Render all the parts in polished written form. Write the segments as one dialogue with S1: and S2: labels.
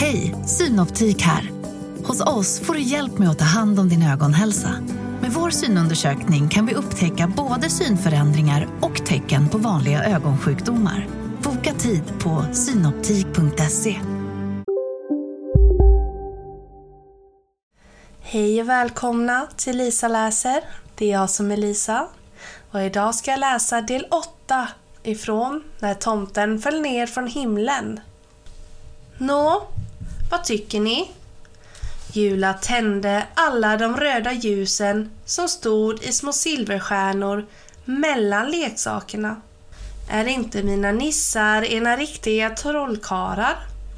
S1: Hej, Synoptik här. Hos oss får du hjälp med att ta hand om din ögonhälsa. Med vår synundersökning kan vi upptäcka både synförändringar och tecken på vanliga ögonsjukdomar. Boka tid på synoptik.se.
S2: Hej och välkomna till Lisa läser. Det är jag som är Lisa. Och idag ska jag läsa del 8 ifrån När tomten föll ner från himlen. Nå, vad tycker ni? Jula tände alla de röda ljusen som stod i små silverstjärnor mellan leksakerna. Är inte mina nissar ena riktiga trollkarlar?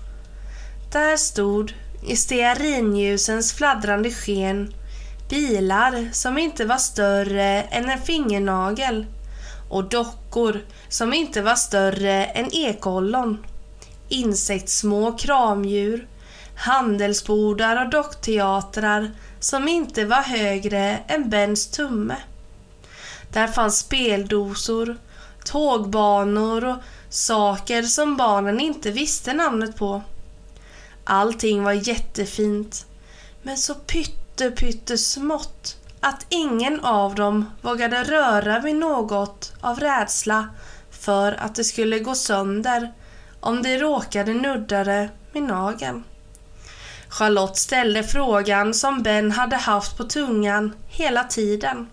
S2: Där stod i stearinljusens fladdrande sken bilar som inte var större än en fingernagel och dockor som inte var större än ekollon. Insektssmå kramdjur, handelsbodar och dockteatrar som inte var högre än Bens tumme. Där fanns speldosor, tågbanor och saker som barnen inte visste namnet på. Allting var jättefint, men så pyttesmått att ingen av dem vågade röra vid något av rädsla för att det skulle gå sönder om det råkade nudda det med nageln. Charlotte ställde frågan som Ben hade haft på tungan hela tiden.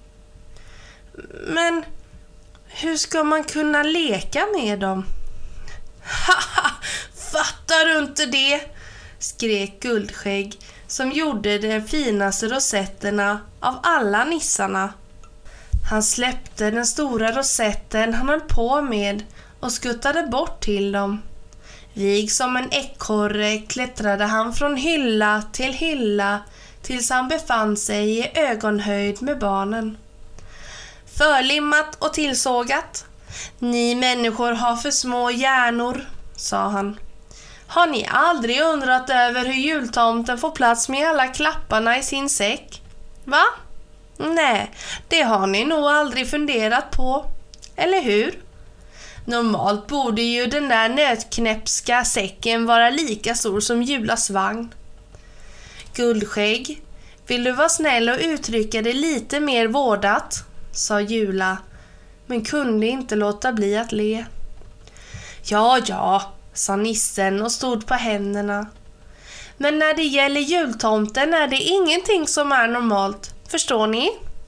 S2: Men hur ska man kunna leka med dem? Haha, fattar du inte det? Skrek Guldskägg som gjorde de finaste rosetterna av alla nissarna. Han släppte den stora rosetten han höll på med och skuttade bort till dem. Vig som en ekorre klättrade han från hylla tills han befann sig i ögonhöjd med barnen. Förlimmat och tillsågat. Ni människor har för små hjärnor, sa han. Har ni aldrig undrat över hur jultomten får plats med alla klapparna i sin säck? Va? Nej, det har ni nog aldrig funderat på. Eller hur? Normalt borde ju den där nötknäppska säcken vara lika stor som Julas vagn. Guldskägg, vill du vara snäll och uttrycka det lite mer vårdat, sa Jula, men kunde inte låta bli att le. Ja, sa nissen och stod på händerna. Men när det gäller jultomten är det ingenting som är normalt, förstår ni?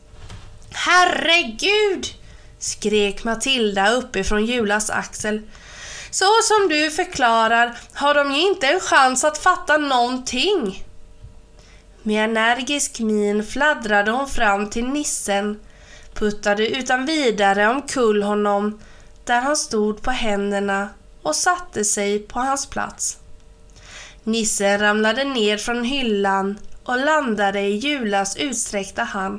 S2: Herregud! Skrek Matilda uppifrån Julas axel. Så som du förklarar har de ju inte en chans att fatta någonting. Med energisk min fladdrade hon fram till nissen, puttade utan vidare omkull honom där han stod på händerna och satte sig på hans plats. Nissen ramlade ner från hyllan och landade i Julas utsträckta hand.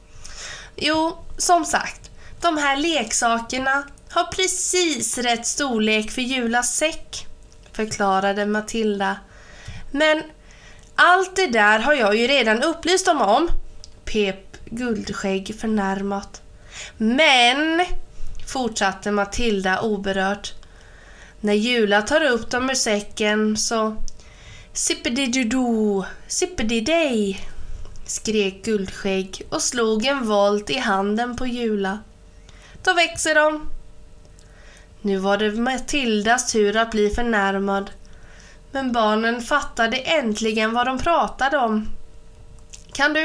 S2: Jo, som sagt, de här leksakerna har precis rätt storlek för Julas säck, förklarade Matilda. Men allt det där har jag ju redan upplyst dem om, pep Guldskägg förnärmat. Men, fortsatte Matilda oberört, när Jula tar upp dem ur säcken så sippedidudu, sippedidej, skrek Guldskägg och slog en volt i handen på Jula. Då växer de. Nu var det Matildas tur att bli förnärmad, men barnen fattade äntligen vad de pratade om. Kan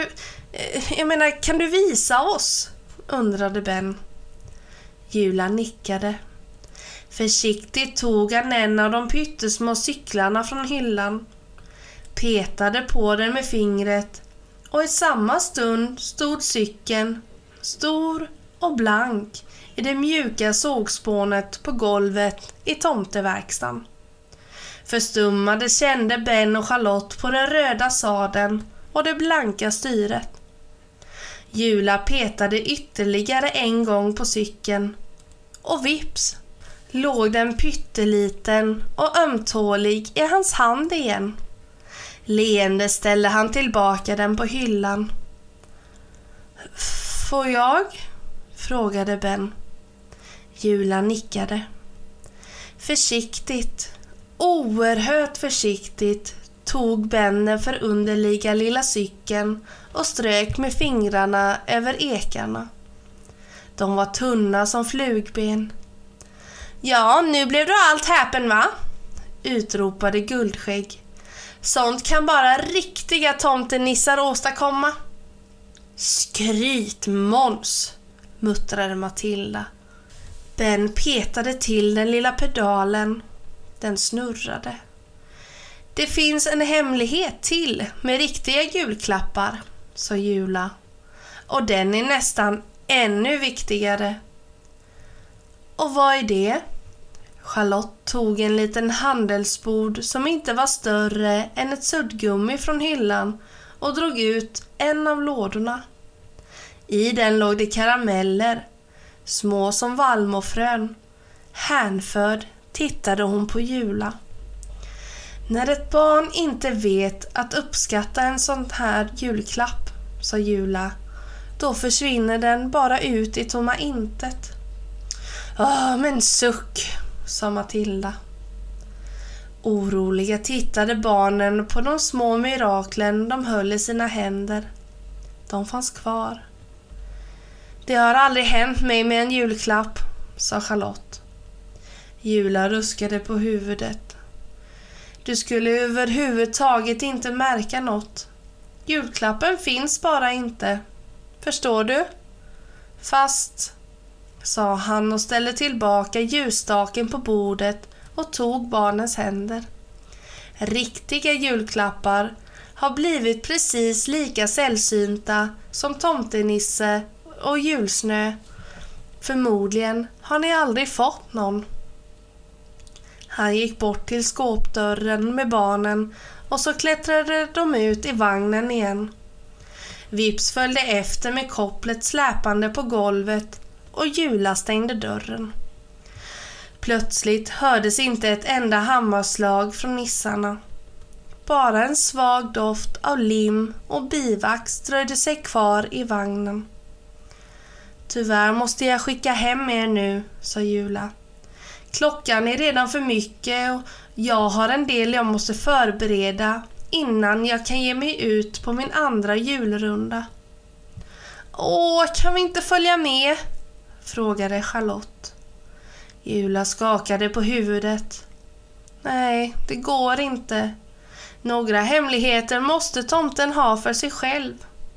S2: du visa oss? Undrade Ben. Jula nickade. Försiktigt tog han en av de pyttesmå cyklarna från hyllan, petade på den med fingret och i samma stund stod cykeln, stor och blank, i det mjuka sågspånet på golvet i tomteverkstan. Förstummade kände Ben och Charlotte på den röda sadeln och det blanka styret. Jula petade ytterligare en gång på cykeln och vips låg den pytteliten och ömtålig i hans hand igen. Leende ställde han tillbaka den på hyllan. Får jag? Frågade Ben. Jula nickade. Försiktigt, oerhört försiktigt, tog Ben den förunderliga lilla cykeln och strök med fingrarna över ekarna. De var tunna som flugben. Ja, nu blev du allt häpen, va? Utropade Guldskägg. Sånt kan bara riktiga tomtenissar åstadkomma. Skryt, Måns, muttrade Matilda. Ben petade till den lilla pedalen. Den snurrade. Det finns en hemlighet till med riktiga julklappar, sa Jula. Och den är nästan ännu viktigare. Och vad är det? Charlotte tog en liten handelsbord som inte var större än ett suddgummi från hyllan och drog ut en av lådorna. I den låg det karameller, små som vallmofrön. Hänförd tittade hon på Jula. När ett barn inte vet att uppskatta en sån här julklapp, sa Jula, då försvinner den bara ut i tomma intet. Men suck, sa Matilda. Oroliga tittade barnen på de små miraklen de höll i sina händer. De fanns kvar. Det har aldrig hänt mig med en julklapp, sa Charlotte. Jula ruskade på huvudet. Du skulle överhuvudtaget inte märka något. Julklappen finns bara inte. Förstår du? Fast, sa han och ställde tillbaka ljusstaken på bordet och tog barnens händer. Riktiga julklappar har blivit precis lika sällsynta som tomtenisse och julsnö. Förmodligen har ni aldrig fått någon. Han gick bort till skåpdörren med barnen och så klättrade de ut i vagnen igen. Vips följde efter med kopplet släpande på golvet och Jula stängde dörren. Plötsligt hördes inte ett enda hammarslag från nissarna. Bara en svag doft av lim och bivax dröjde sig kvar i vagnen. Tyvärr måste jag skicka hem er nu, sa Jula. Klockan är redan för mycket och jag har en del jag måste förbereda innan jag kan ge mig ut på min andra julrunda. Kan vi inte följa med? Frågade Charlotte. Jula skakade på huvudet. Nej, det går inte. Några hemligheter måste tomten ha för sig själv.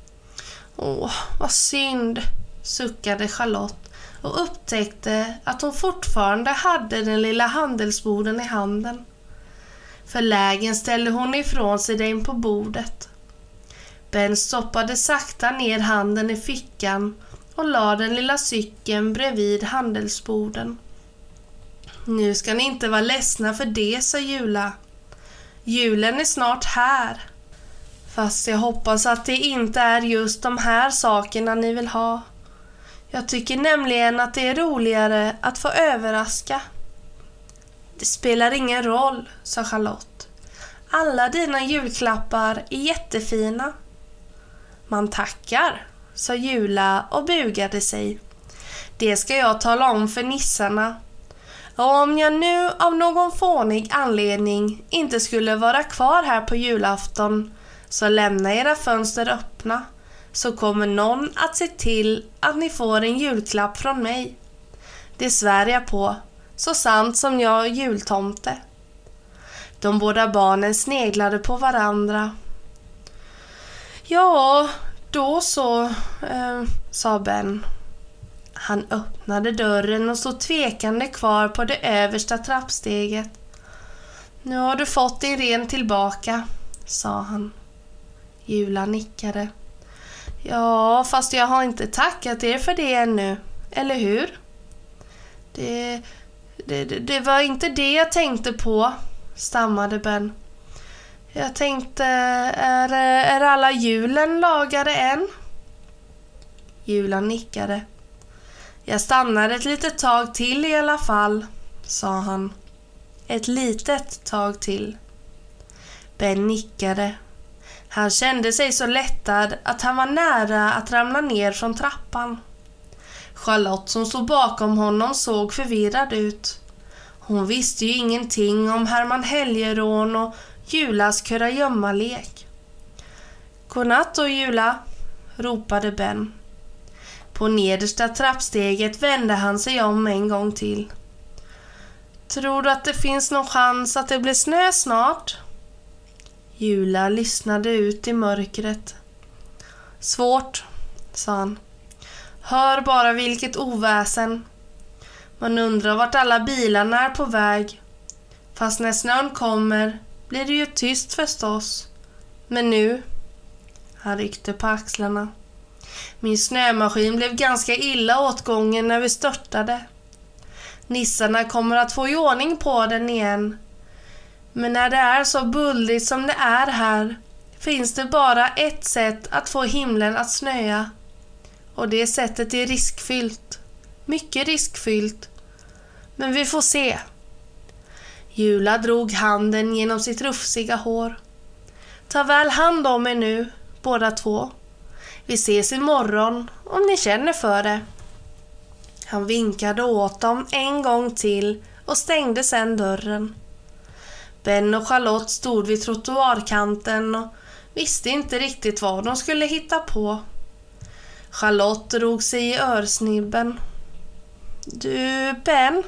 S2: Vad synd, suckade Charlotte och upptäckte att hon fortfarande hade den lilla handelsborden i handen. Förlägen ställde hon ifrån sig den på bordet. Ben stoppade sakta ner handen i fickan och la den lilla cykeln bredvid handelsborden. Nu ska ni inte vara ledsna för det, sa Jula. Julen är snart här. Fast jag hoppas att det inte är just de här sakerna ni vill ha. Jag tycker nämligen att det är roligare att få överraska. Det spelar ingen roll, sa Charlotte. Alla dina julklappar är jättefina. Man tackar, sa Jula och bugade sig. Det ska jag tala om för nissarna. Och om jag nu av någon fånig anledning inte skulle vara kvar här på julafton, så lämna era fönster öppna, så kommer någon att se till att ni får en julklapp från mig. Det svär jag på, så sant som jag är jultomte. De båda barnen sneglade på varandra. Ja, då så, sa Ben. Han öppnade dörren och stod tvekande kvar på det översta trappsteget. Nu har du fått din ren tillbaka, sa han. Jula nickade. Ja, fast jag har inte tackat er för det ännu, eller hur? Det var inte det jag tänkte på, stammade Ben. Jag tänkte, är alla julen lagade än? Jula nickade. Jag stannar ett litet tag till i alla fall, sa han. Ett litet tag till. Ben nickade. Han kände sig så lättad att han var nära att ramla ner från trappan. Charlotte som stod bakom honom såg förvirrad ut. Hon visste ju ingenting om Herman Helgerån och Julas kurragömmalek. Godnatt då, Jula, ropade Ben. På nedersta trappsteget vände han sig om en gång till. Tror du att det finns någon chans att det blir snö snart? Jula lyssnade ut i mörkret. Svårt, sa han. Hör bara vilket oväsen. Man undrar vart alla bilarna är på väg. Fast när snön kommer blir det ju tyst förstås. Men nu... Han ryckte på axlarna. Min snömaskin blev ganska illa åtgången när vi störtade. Nissarna kommer att få i ordning på den igen. Men när det är så bullrigt som det är här finns det bara ett sätt att få himlen att snöa. Och det sättet är riskfyllt. Mycket riskfyllt. Men vi får se. Jula drog handen genom sitt rufsiga hår. Ta väl hand om er nu, båda två. Vi ses imorgon om ni känner för det. Han vinkade åt dem en gång till och stängde sedan dörren. Ben och Charlotte stod vid trottoarkanten och visste inte riktigt vad de skulle hitta på. Charlotte drog sig i örsnibben. Du, Ben?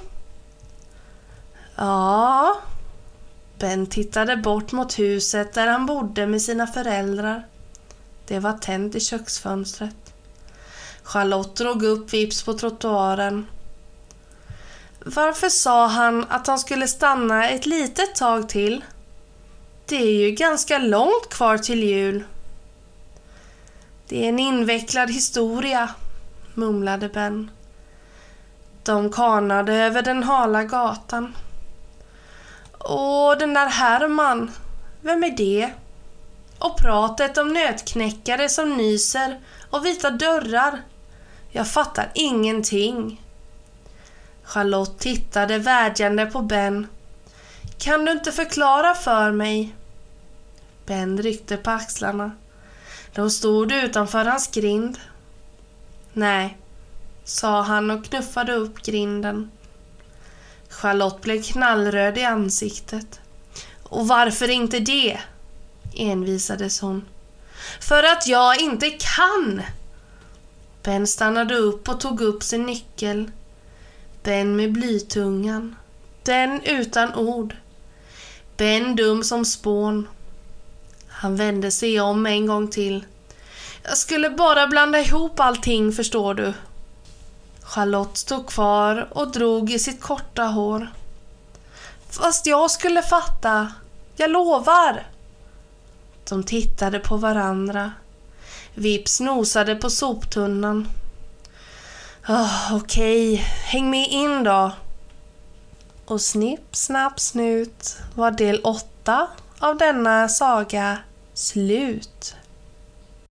S2: Ja. Ben tittade bort mot huset där han bodde med sina föräldrar. Det var tänt i köksfönstret. Charlotte drog upp vips på trottoaren. Varför sa han att han skulle stanna ett litet tag till? Det är ju ganska långt kvar till jul. Det är en invecklad historia, mumlade Ben. De kanade över den hala gatan. Och den där Herman, vem är det? Och pratet om nötknäckare som nyser och vita dörrar. Jag fattar ingenting. Charlotte tittade vädjande på Ben. Kan du inte förklara för mig? Ben ryckte på axlarna. De stod utanför hans grind. Nej, sa han och knuffade upp grinden. Charlotte blev knallröd i ansiktet. Och varför inte det? Envisades hon. För att jag inte kan! Ben stannade upp och tog upp sin nyckel. Ben med blytungan. Den utan ord. Ben dum som spån. Han vände sig om en gång till. Jag skulle bara blanda ihop allting, förstår du. Charlotte stod kvar och drog i sitt korta hår. Fast jag skulle fatta. Jag lovar. De tittade på varandra. Vips nosade på soptunnan. Okej, häng med in då. Och snipp, snapp, snut var del 8 av denna saga slut.